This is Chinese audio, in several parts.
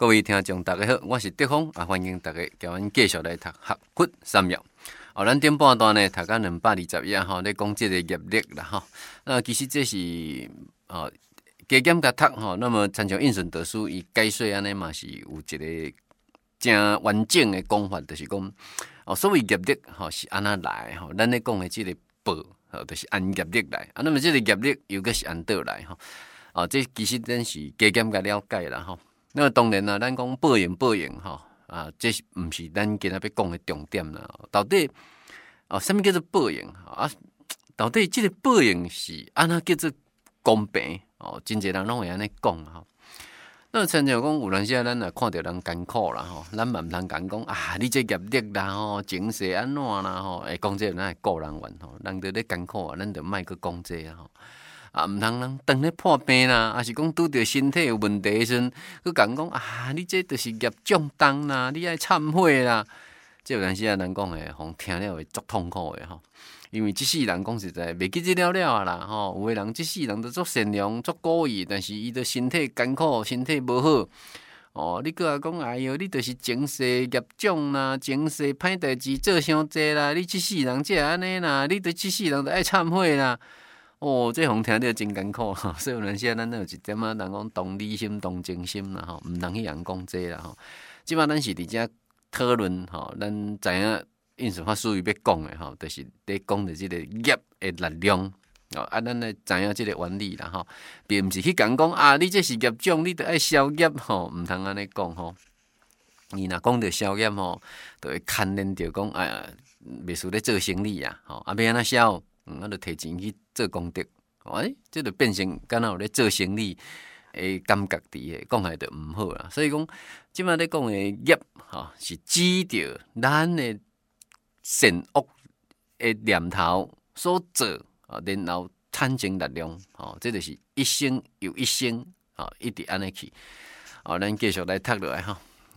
各位听众大家好，我是德峰啊，欢迎大家交阮继续来读学术3要。咱顶半段呢，读到220页吼，咧讲即个业力啦吼。那其实这是加减加读吼，那么参照印顺导师伊解说安尼嘛是有一个真完整的讲法，就是讲所谓业力吼是安那来吼，咱咧讲的即个报就是按业力来啊。那么即个业力又个是按倒来吼？这其实咱是加减加了解啦吼。那当然啦，咱讲报应吼这毋是咱今仔要讲的重点啦。到底什么叫做报应啊？到底这个报应是安那叫做公平？真侪人拢会安尼讲吼。那亲像讲有阵时咱也看到人艰苦啦吼，咱嘛毋通讲你这业力啦吼，前世安怎啦吼，会讲这咱会个人怨吼，人伫咧艰苦啊，咱就莫去讲这啊吼。毋通人当咧破病啦，还是讲拄着身体有问题的时阵，去讲你这就是业障重啦，你爱忏悔啦。这有阵时人讲诶，互听了会足痛苦诶吼。因为即世人讲实在，袂记这了啊啦吼。有诶人即世人都足善良、足故意，但是伊的身体艰苦，身体无好。你搁讲哎哟，你就是前世业障啦，前世歹代志做伤济啦，你即世人才安尼啦，你对即世人都爱忏悔啦。这互听着真艰苦吼，所以有阵时咱有一点人讲同理心、同情心啦吼，毋通去人讲这啦吼。即摆咱是伫遮讨论吼，咱知影印顺法师伊要讲的吼，就是咧讲着即个业的力量咱来知影即个原理啦吼，并毋是去讲你这是业障，你得爱消业吼，毋通安尼讲吼。伊若讲着消业吼，就会牵连着讲袂输咧做生意啊吼，要安怎消？就摕钱去做功德，这就变成敢若有咧做生意诶感觉伫诶，讲起来就毋好啦。所以讲，即摆咧讲诶业是指着咱诶善恶诶念头所做然后产生力量这就是一生又一生一直安尼去咱继续来读落来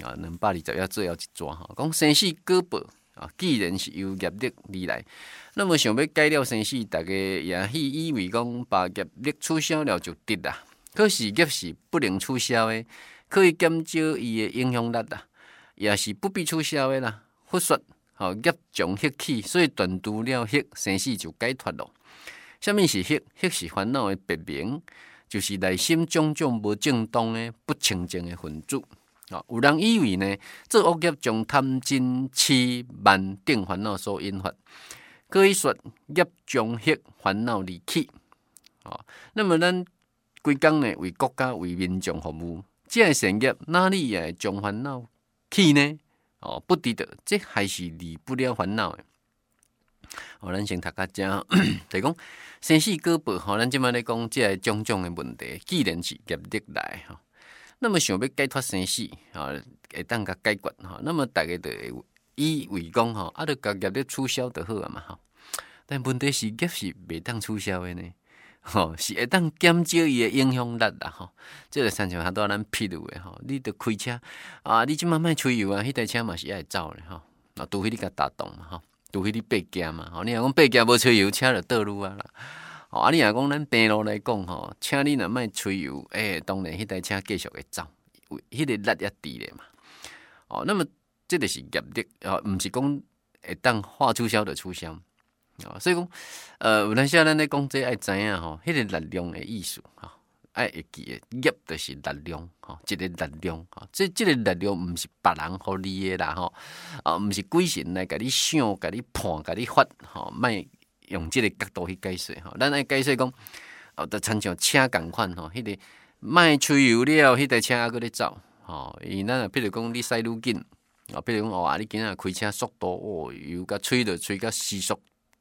220页最后一段讲生死果报。既然是由业力而来，那么想要改了生死，大家也去以为讲把业力取消了就得啦。可是业是不能取消的，可以减少伊的影响力啦，也是不必取消的啦。佛说业将迄起，所以断除了迄生死就解脱咯。什么是迄？迄是烦恼的别名，就是内心种种无正当的不清净的分子。有人以为呢，做恶业将贪嗔痴慢等烦恼所引发，可以说业将迄烦恼离去。那么咱规工呢，为国家为民众服务，这个善业哪里也将烦恼去呢？不值得，这还是离不了烦恼的。咱先读到这，就讲生死果报。咱即摆咧讲这个种种的问题，既然是业力来那么想要解脱生死会当甲解决那么大家就会以为讲就甲业力取消就好啊嘛但问题是业是袂当取消的呢是会当减少伊的影响力啦这个参像较多咱譬如的你着开车你即摆莫吹油迄台车嘛是爱走的除非你甲打动嘛除非你爬行嘛你若讲爬行无吹油，车就倒路啊啦。你若讲咱平路来讲请你若莫吹油，当然迄台车继续会走，迄个力也伫咧嘛。那么这就是业力毋是讲会当话取消就取消所以讲有阵时咱咧讲这爱知影迄个力量的意思爱会记的业就是力量一个力量这个力量毋是别人互你的啦毋是鬼神来甲你想、甲你判、甲你发莫用这个角度去解释咱爱解释讲就参像车共款迄个莫吹油了，迄台车还搁咧走伊咱譬如讲你驶愈紧譬如讲你今仔开车速度油甲吹时速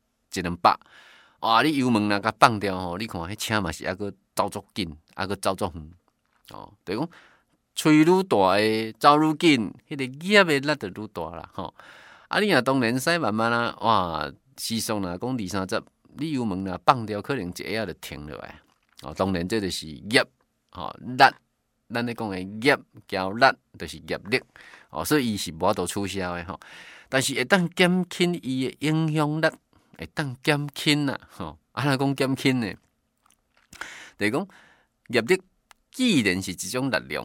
100你油门若甲放掉你看迄车嘛是还搁走足紧，还搁走足远就是讲吹愈大的走愈紧，迄个业的力就愈大啦你若当然驶慢慢时速若讲20-30，你油门若放掉，可能一下就停落来当然这就是业力，咱咧讲的业交力就是业力所以伊是无法度取消的但是会当减轻伊的影响力，会当减轻啦安怎讲减轻呢？就是讲业力既然是一种力量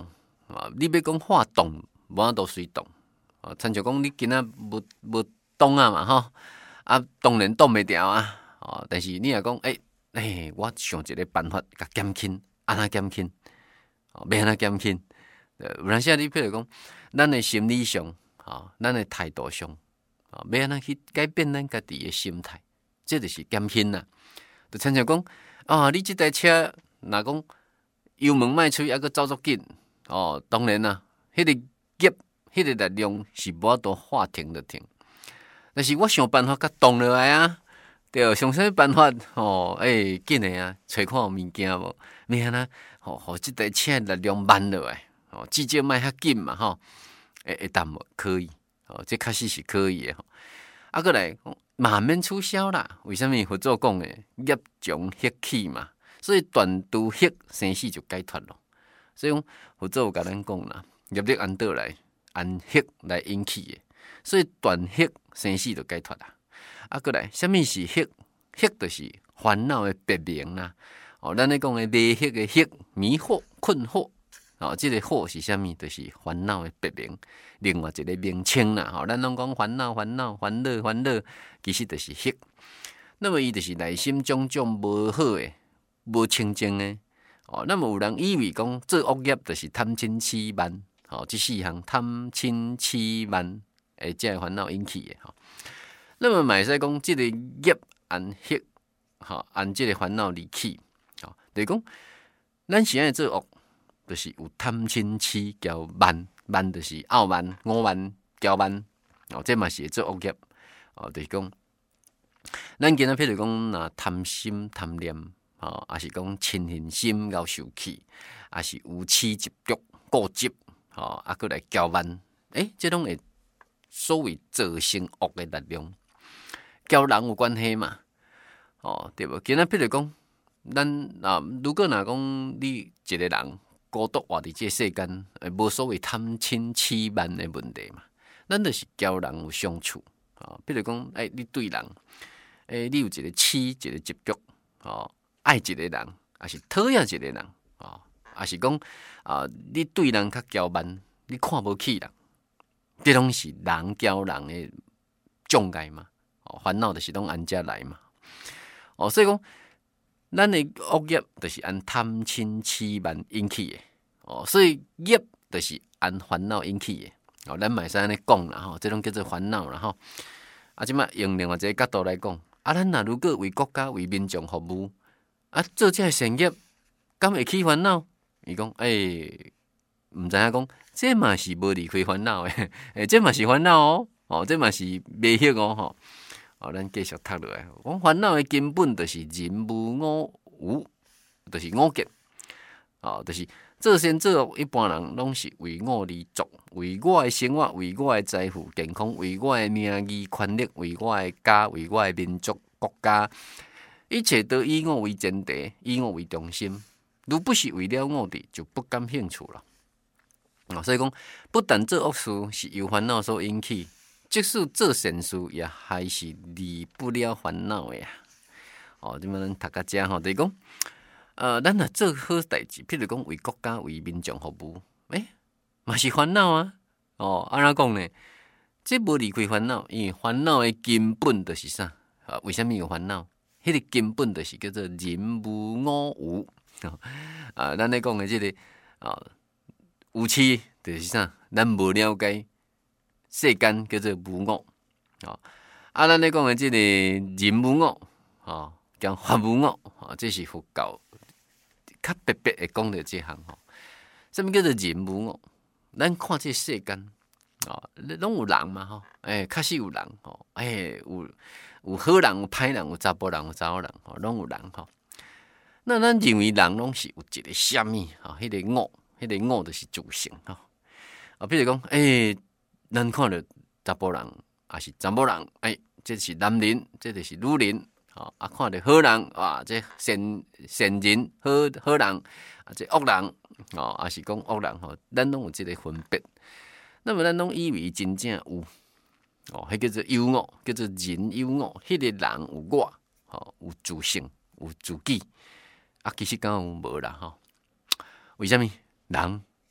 你要讲化动，无法度随动。亲像讲你今仔无动啊嘛吼，当然动袂掉啊。但是你若讲我想一个办法，甲减轻，安怎减轻？要安怎减轻？有阵时你譬如讲，咱的心理上，咱的态度上，要安怎去改变咱家己的心态？这就是减轻啦。就亲像讲，你即台车若讲油门卖吹，还佫走足紧，当然啦，迄个业，迄个力量是无法度话停就停。但是我想办法甲动落来啊，对，想啥办法？紧诶啊，找看有物件无？要安怎？互即台车力量慢落来，至少卖较紧嘛，会当无可以？这确实是可以诶。过来嘛免取消啦。为什么佛祖讲诶？业从血起嘛，所以断除血生死就解脱咯。所以讲佛祖有甲咱讲啦，业力按倒来，按血来引起诶，所以断血生死就解脱啦。过来，什么是血？血就是烦恼诶别名啦。咱咧讲诶迷血诶血，迷惑、困惑。这个惑是啥物？就是烦恼诶别名，另外一个名称啦。咱拢讲烦恼、烦恼、烦恼、烦恼，其实就是血。那么伊就是内心种种无好诶、无清净诶。那么有人以为讲做恶业就是贪嗔痴慢，这四项贪嗔痴慢诶，这个烦恼引起诶。那么嘛会使讲，这个业按血，按这个烦恼而起。就是讲，咱是安做恶，就是有贪嗔痴骄慢，慢就是傲慢、我慢、骄慢，这嘛是会做恶业。就是讲，咱今仔譬如讲，若贪心、贪念，也是讲嗔恨心、咬受气，也是有痴执着、固执，过来骄慢，这拢会所谓造成恶的力量，交人有关系嘛，对无？今仔譬如讲。咱如果若讲你一个人孤独活伫这世间，无所谓贪嗔痴慢的问题嘛，咱就是交人有相处。比如讲，你对人，你有一个痴，一个执着，爱一个人，还是讨厌一个人，还是讲你对人较骄慢，你看无起人，这拢是人交人的障碍嘛。烦恼就是拢安遮来嘛。所以讲。咱的恶业就是按贪嗔痴慢引起的，所以业就是按烦恼引起的。咱嘛会使安尼讲啦，这种叫做烦恼啦，即马用另外一个角度来讲，咱若如果为国家、为民众服务，做这善业，敢会起烦恼？伊讲，毋知影讲，这嘛是无离开烦恼的，这嘛是烦恼哦，这嘛是迷血哦，咱继续读落来。讲烦恼的根本就是人无我有，就是我见。就是做善做恶，一般人拢是为我而做，为我的生活，为我的财富、健康，为我的名誉、权力，为我的家，为我的民族、国家，一切都以我为前提，以我为中心。如不是为了我的，就不感兴趣了。所以讲，不但做恶事是由烦恼所引起。即使做善事，也还是离不了烦恼的呀。即么咱读到遮就是讲，咱若做好代志，譬如讲为国家、为民众服务，嘛是烦恼啊。安怎讲呢？这无离开烦恼，因为烦恼的根本就是啥？为什么有烦恼？迄个根本就是叫做人无我有。咱咧讲的这个有痴就是啥？咱无了解。世间叫做无我，咱咧讲的即个人无我，讲法无我，这是佛教较特别会讲到这项。什么叫做人无我？咱看这世间，拢有人嘛，确实有人，有好人，有歹人，有查甫人，有查某人，拢有人。那咱认为人拢是有一个什么？迄个我，迄个我就是自性。比如讲，咱看到查甫人，也是查某人，这是男人，这就是女人，看到好人，这善人，好人，这恶人，也是讲恶人，咱拢有这个分别。那么咱拢以为真正有，迄叫做有我，叫做人有我，迄个人有我，有自性，有自己，其实敢有无啦？为什么人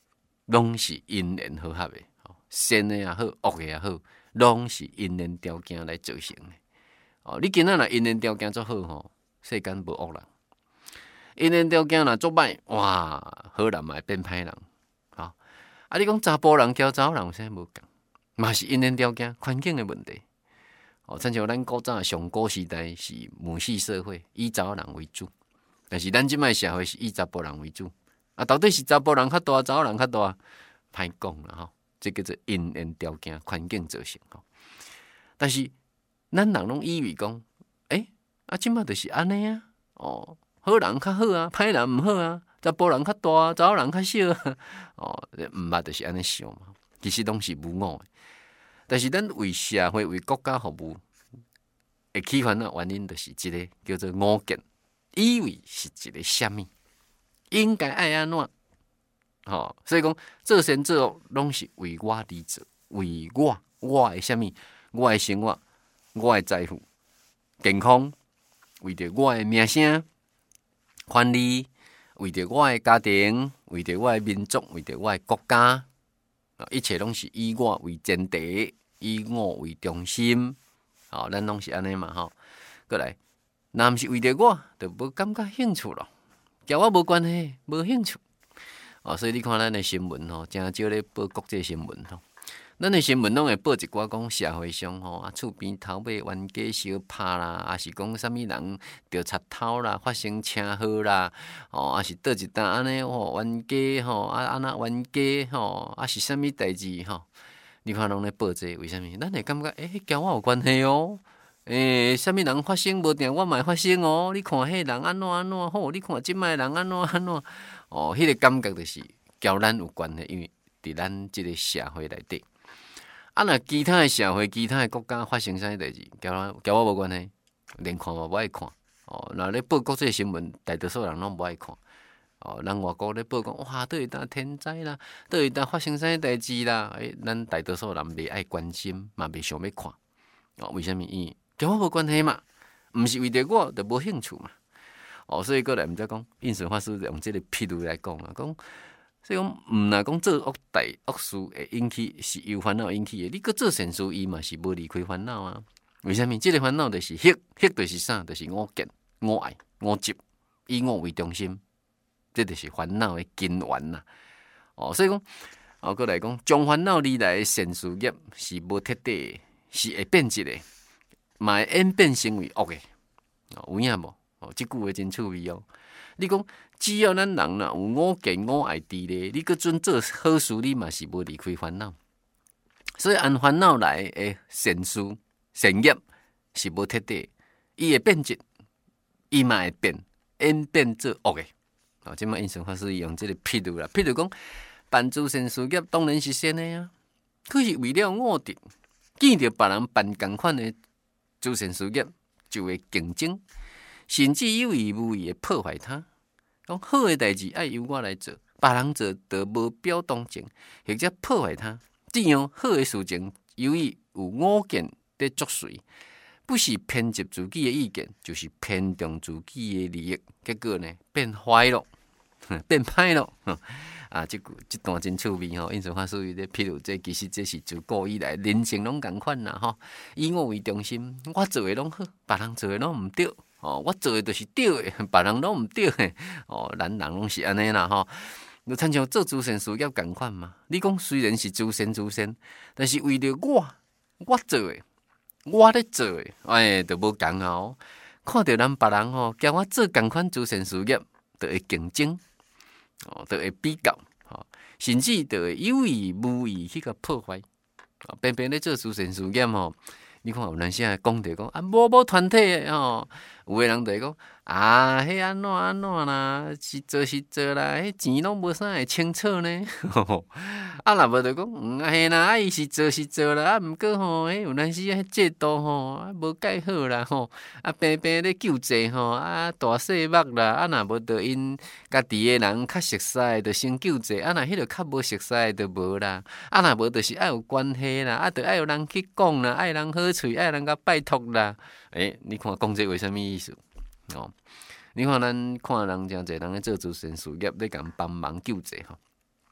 拢是因缘和合的，善的也好，恶的也好，拢是因缘条件来造成的。你今仔若因缘条件足好吼，世间无恶人；因缘条件若足歹，哇，好人嘛会变歹人。你讲查甫人交查某人有啥无共？嘛是因缘条件、环境的问题。亲像咱古早上古时代是母系社会，以查某人为主，但是咱即摆社会是以查甫人为主。到底是查甫人较大，查某人较大，歹讲啦吼。这叫做因缘条件、环境造成吼。但是咱人拢以为讲，即摆就是安尼啊，好人较好啊，歹人毋好啊。查甫人较大，查某人较小啊，毋捌就是安尼想嘛。其实拢是无误的，但是咱为社会、为国家服务，会起烦恼原因就是一个叫做误见，以为是一个什么，应该爱安怎，所以讲做善做恶拢是为我而做，为我的什么，我的生活，我的财富、健康，为着我的名声、权利。为着我的家庭，为着我的民族，为着我的国家，一切拢是以我为前提，以我为中心，咱拢是安尼嘛吼。过来，若毋是为着我，就无感觉兴趣咯，甲我无关系，无兴趣。所以你看咱的新闻吼，真少咧报国际新闻吼。咱的新闻拢会报一寡讲社会上厝边头尾冤家相拍啦，还是讲啥物人着插头啦，发生车祸啦，还是倒一单安尼冤家安那冤家还是啥物代志你看拢咧报这为虾米？咱会感觉甲我有关系哦。啥物人发生无定，我嘛会发生哦。你看迄人安怎安怎好，你看即摆人安怎安怎迄个感觉就是甲咱有关系，因为伫咱即个社会内底。若其他的社会、其他的国家发生啥代志，甲我无关系，连看嘛无爱看。若咧报国际新闻，大多数人拢无爱看。人外国咧报讲，哇，倒一单天灾啦，倒一单发生啥代志啦，咱大多数人袂爱关心，嘛袂想要看。为虾米？因为甲我无关系嘛，毋是为着我，就无兴趣嘛。所以过来毋知讲，印顺法师用即个譬如来讲啊，讲。所以讲，毋若讲做恶大恶事会引起是由烦恼引起的，你搁做善事伊嘛是无离开烦恼啊。为虾米？即个烦恼就是迄就是啥？就是我见、我爱、我执，以我为中心，这就是烦恼的根源呐。所以讲，过来讲，将烦恼而来的善事业是无彻底的，是会变质的，嘛会演变成为恶的。有影无？即句话真趣味哦。你讲，只要咱人有我见我爱伫咧，你搁准做好事，你嘛是无离开烦恼。所以按烦恼来的善事、善业是无彻底，伊会变质，伊嘛会演变做恶的。即摆印顺法师用即个譬如啦，譬如讲，办诸善事业当然是善的啊，可是为了我得见着别人办同款的诸善事业，就会竞争。甚至有意无意的破坏它，讲好的代志爱由我来做，别人做就无表同情，或者破坏它。这样好的事情，由于有我见在作祟，不是偏执自己的意见，就是偏重自己的利益，结果呢变坏了，变歹了。这段真趣味吼，印顺法师咧，譬如这其实这是自古以来人性拢共款啦吼。以我为中心，我做的拢好，别人做的拢毋对。我做的就是对的，别人拢毋对的。咱人拢是安尼啦吼。就亲像做诸善事业共款嘛。你讲虽然是诸善，但是为了我做的，我咧做的，就无共啊。看到咱别人甲我做共款诸善事业，就会竞争，就会比较，甚至就会有意无意去甲破坏。偏偏咧做诸善事业你看有人现讲着讲无团体的有个人就会讲迄安怎啦，是做啦，迄钱拢无啥会清楚呢。若无就讲嘿啦，伊是做啦，毋过迄有阵时迄制度无介好啦偏咧救济大细目啦，若无就因家己的人较熟悉的，就先救济，若迄个较无熟悉的就无啦，若无就是爱有关系啦，就爱有人去讲啦，爱人好喙，爱人甲拜托啦。你看讲这为什么意思？你看咱看人真侪人咧做诸善事业，咧共帮忙救济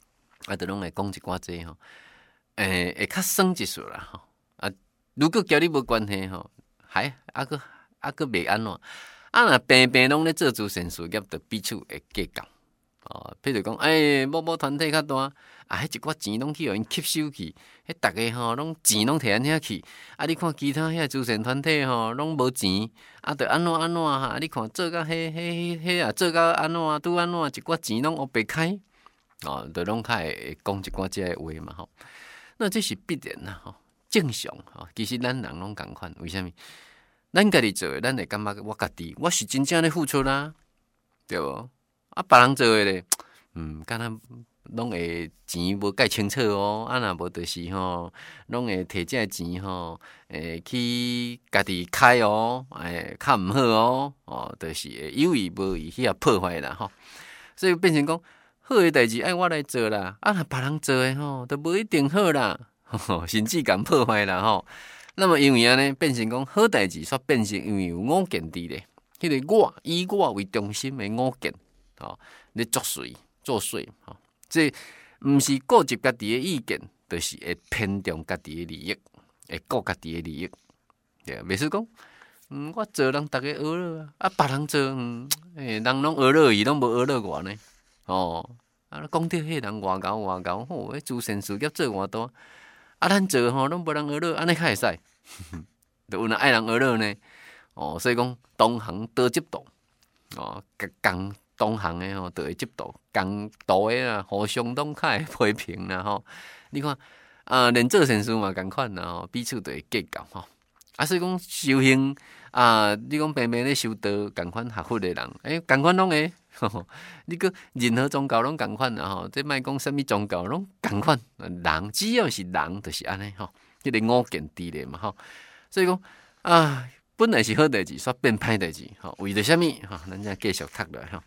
啊，都拢会讲一寡这吼，会较省一数啦吼。啊，如果交你无关系吼，还个袂安怎？若平平拢咧做慈善事业，就彼此会计较。哦，譬如讲，某某团体较大，迄一寡钱拢去互因吸收去，迄逐个吼拢钱拢摕安遐去。啊，你看其他遐慈善团体吼，拢无钱，啊，着安怎哈？你看做甲迄啊，做甲安怎拄安怎一寡钱拢黑白开，哦，着拢较会讲一寡遮个话嘛吼。那这是必然啦吼，正常吼。其实咱人拢共款，为虾米？咱家己做诶，咱会感觉我家己我是真正咧付出啦，对无？啊，别人做诶咧，敢若拢会钱无介清楚哦，啊，若无就是吼，拢会摕这钱吼，去家己开哦，较毋好哦，哦，就是会有意无意去破坏啦吼，所以变成讲好诶代志爱我来做啦，啊，若别人做诶吼，都无一定好啦，甚至敢破坏啦吼。那么因为安尼变成讲好代志，煞变成因为有我见伫咧，迄个我以我为中心诶我见。哦，咧作祟，吼，这毋是顾及家己诶意见，就是会偏重家己诶利益，会顾家己诶利益。对，袂说讲，我做人逐个学了啊，别人做，人拢学了伊，拢无学了我呢。哦，啊，讲到迄人外交，吼，迄慈善事业做偌大，啊，咱做吼拢无人学了，安尼较会使，就有人爱人学了呢。哦，所以讲同行多接触，哦，共同行诶吼，就会接触共道诶啊，互相拢较会批评啦吼。你看连做善事嘛共款啦吼，彼此就会计较吼。啊，所以讲修行啊，你讲平平咧修道共款学佛诶人，共款拢会。你个任何宗教拢共款啦吼，这莫讲啥物宗教拢共款，人只要是人，就是安尼吼，迄个我见伫咧嘛吼。所以讲啊。本来是好代志，煞变歹代志，吼，为着虾米？吼，咱再继续读落吼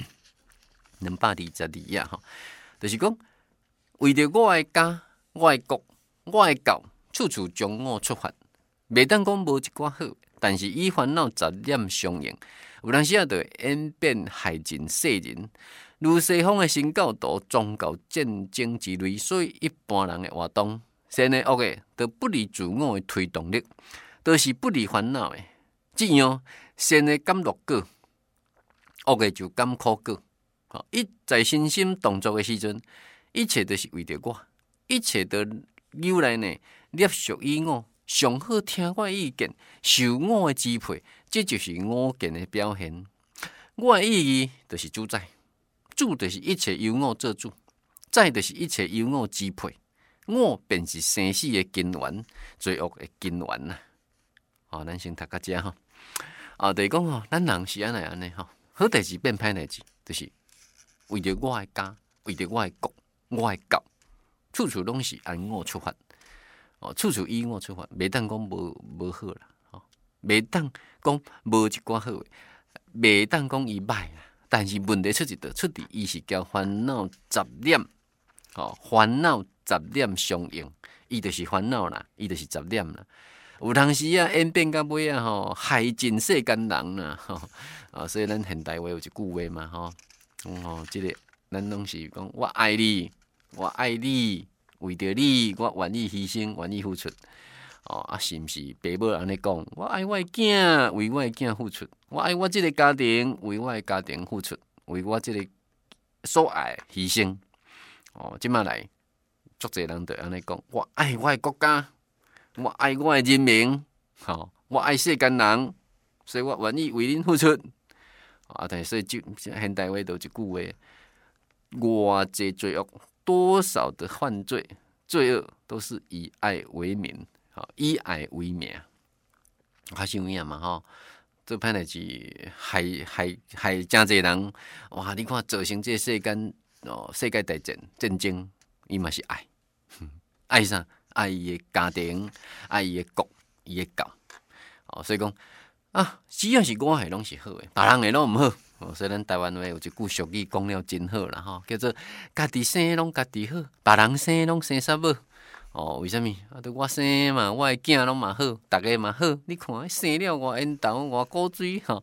，222啊，吼，就是讲为着我诶家、我诶国、我诶教，处处将我出发，袂当讲无一寡好，但是以烦恼杂念相应，有当时啊，就演变害尽世人。如西方诶新教徒、宗教战争之类，所以一般人诶活动，善诶恶诶，都不离自我诶推动力。都是不离烦恼诶，这样善诶甘乐果，恶诶就甘苦果。一在身心动作诶时阵，一切都是为着我，一切都由来呢，隶属于我，上好听我意见，受我诶支配，这就是我见诶表现。我诶意义就是主宰，主就是一切由我做主，宰就是一切由我支配。我便是生死诶根源，罪恶诶根源呐。哦，咱先读到遮吼。就是讲吼，咱人是安尼吼，好代志变歹代志，就是为着我诶家，为着我诶国，我诶教，处处拢是按我出发。哦，处处以我出发，袂当讲无好啦，吼，袂当讲无一寡好诶，袂当讲伊歹啦。但是问题出一道，出伫伊是交烦恼杂念，哦，烦恼杂念相应，伊就是烦恼啦，伊就是杂念啦。有当时啊，演变到尾啊，吼，害尽世间人啦，吼，所以咱现代话有一句话嘛，吼，即个咱拢是讲，我爱你，为着你，我愿意牺牲，愿意付出，是毋是？爸母安尼讲，我爱我的囝，为我的囝付出；我爱我即个家庭，为我的家庭付出，为我即个所爱牺牲。即摆来，足侪人就安尼讲，我爱我的国家。我爱我的人民，我爱世间人，所以我愿意为恁付出。但是所以就现代话都一句话：偌济罪恶，多少的犯罪，罪恶都是以爱为名，以爱为名。较像样嘛吼，做歹代志害真侪人。哇！你看造成这世间世界大战争，伊嘛是爱，爱啥？爱伊的家庭，爱伊的国，伊的教，所以讲只要是我的拢是好的，别人的拢毋好。所以咱台湾话有一句俗语讲了真好啦，吼，叫做家己生拢家己好，别人生拢生啥无？为什么？我生嘛，我的囝拢嘛好，大家嘛好。你看生了偌缘投，偌古水吼，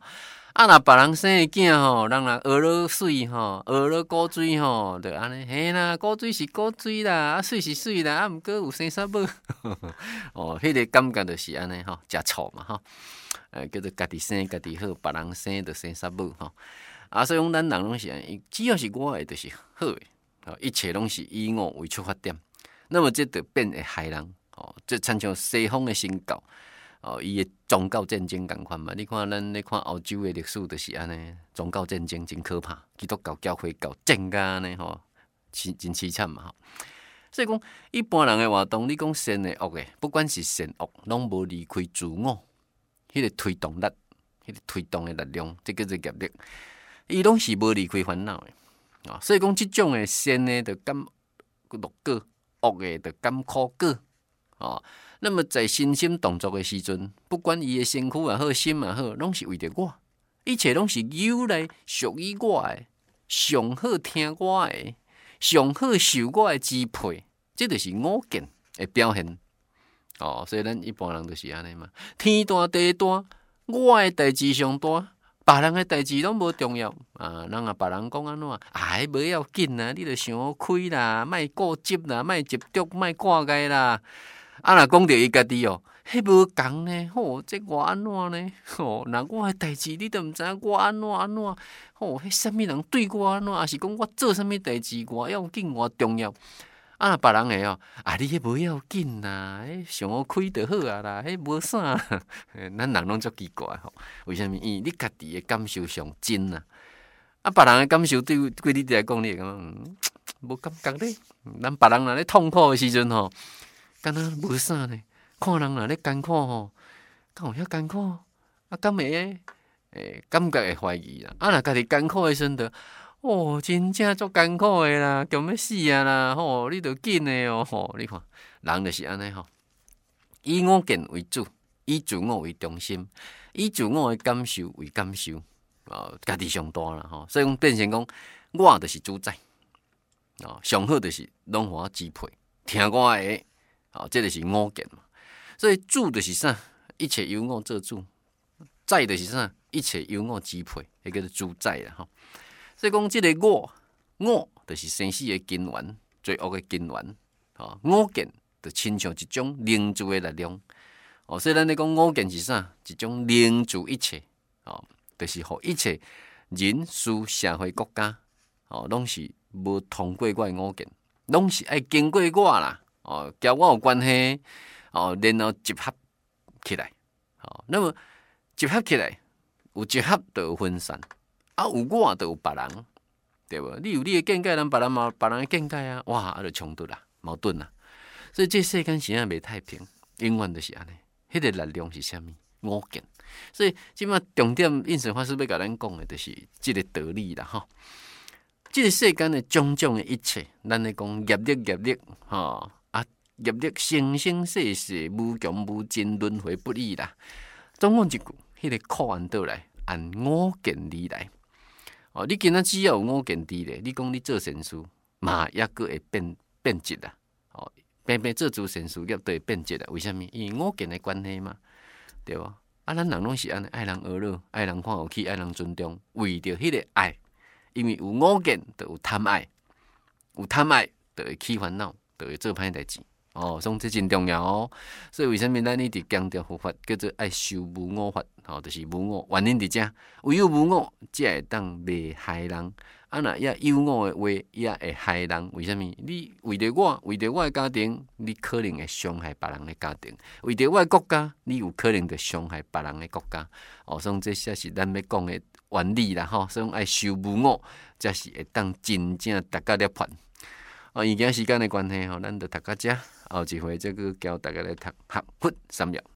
啊，若别人生的囝吼，人若学了水吼，学了古水吼，就安尼，嘿啦，古水是古水啦，啊水是水啦，啊毋过有生啥物，哦，迄个感觉就是安尼吼，食醋嘛吼，叫做家己生家己好，别人生就生啥物吼，啊，所以讲咱人拢是安尼，只要是我的就是好的，一切拢是以我为出发点，那么这就变会害人，哦，这亲像西方的新教。哦，伊的宗教战争共款嘛？你看咱咧看欧洲的历史，就是安尼，宗教战争真可怕，基督教教会教战甲安尼吼，真凄惨嘛吼。所以讲，一般人的活动，你讲善的恶的，不管是善恶，拢无离开自我，迄个推动力，迄个推动的力量，这叫做业力，伊拢是无离开烦恼的啊。所以讲，即种的善的就甘乐果，恶的就甘苦果啊。那么在身心动作的时阵，不管伊的身躯也好，心也好，拢是为着我，一切拢是由来属于我的，上好听我的，上好受我的支配，这就是我见的表现。哦，所以咱一般人就是安尼嘛，天大地大，我的代志上大，别人的代志拢无重要啊。人啊，别人讲安怎，哎，无要紧啦，你著想开啦，莫固执啦，莫执着，莫挂碍啦。啊！若讲着伊家己哦，迄无共呢，吼，这我安怎呢？吼，若我诶代志，你都毋知影我安怎，吼，迄啥物人对我安怎，还是讲我做啥物代志，我要紧，我重要。啊，若别人诶哦，啊，你迄无要紧啦，迄想开就好啊啦，迄无啥。咱人拢足奇怪吼，为虾米？因为你家己诶感受上真啊，啊，别人诶感受对你来讲，你会感觉无感觉咧。咱别人若咧痛苦诶时阵吼。敢若无啥呢？看人若咧艰苦吼，敢有遐艰苦？啊，敢会感觉会怀疑啦。啊，若家己艰苦诶时阵，哦，真正足艰苦诶啦，强要死啊啦！吼，你着紧诶哦，吼，你看人就是安尼吼，以我见为主，以自我为中心，以自我诶感受为感受，家己上大啦吼。所以讲变成讲，我就是主宰，上好就是拢互我支配，听我诶。好，这就是我见嘛。所以主就是啥？一切由我做主；宰就是啥？一切由我支配，迄叫做主宰啦吼。所以讲，这个我就是生死的根源，罪恶的根源。我见就亲像一种凝住的力量。所以咱咧讲我见是啥？一种凝住一切。就是互一切人事、社会、国家，拢是无通过我的我见，拢是爱经过我啦。交我有关系，然后集合起来，那么集合起来，有集合就有分散，啊，有我就有别人，对无？你有你的见解，别人嘛别人的见解啊，哇，啊就冲突啦，矛盾啦，所以这世间是啊袂太平，永远就是安尼。迄个力量是啥物？我见，所以即马重点印神法师要甲咱讲的，就是即个道理啦，吼。即个世间的种种的一切，咱咧讲业力，吼。业力生生世世无穷无尽轮回不已啦。总讲一句，迄个苦按倒来，按我见而来。你今仔只要有我见而来，你讲你做善事，嘛抑个会变质啦。偏做做善事业都会变质啦。为虾米？因为我见的关系嘛，对无？啊，咱人拢是安尼，爱人学乐，爱人看有起，爱人尊重，为着迄个爱，因为有我见，就有贪爱，有贪爱，就会起烦恼，就会做歹代志。所以这真重要哦。所以为什么咱一直强调佛法叫做爱修无我法？就是无我，原因伫遮，唯有无我，才会当袂害人。啊，若也有我的话，也会害人。为什么？你为着我，为着我的家庭，你可能会伤害别人的家庭；为着我的国家，你有可能会伤害别人的国家。所以这才是咱要讲的原理啦，吼。所以爱修无我，才是会当真正达到涅槃。因今时间的关系，咱就读到遮。后一回再去教大家来读学佛3要。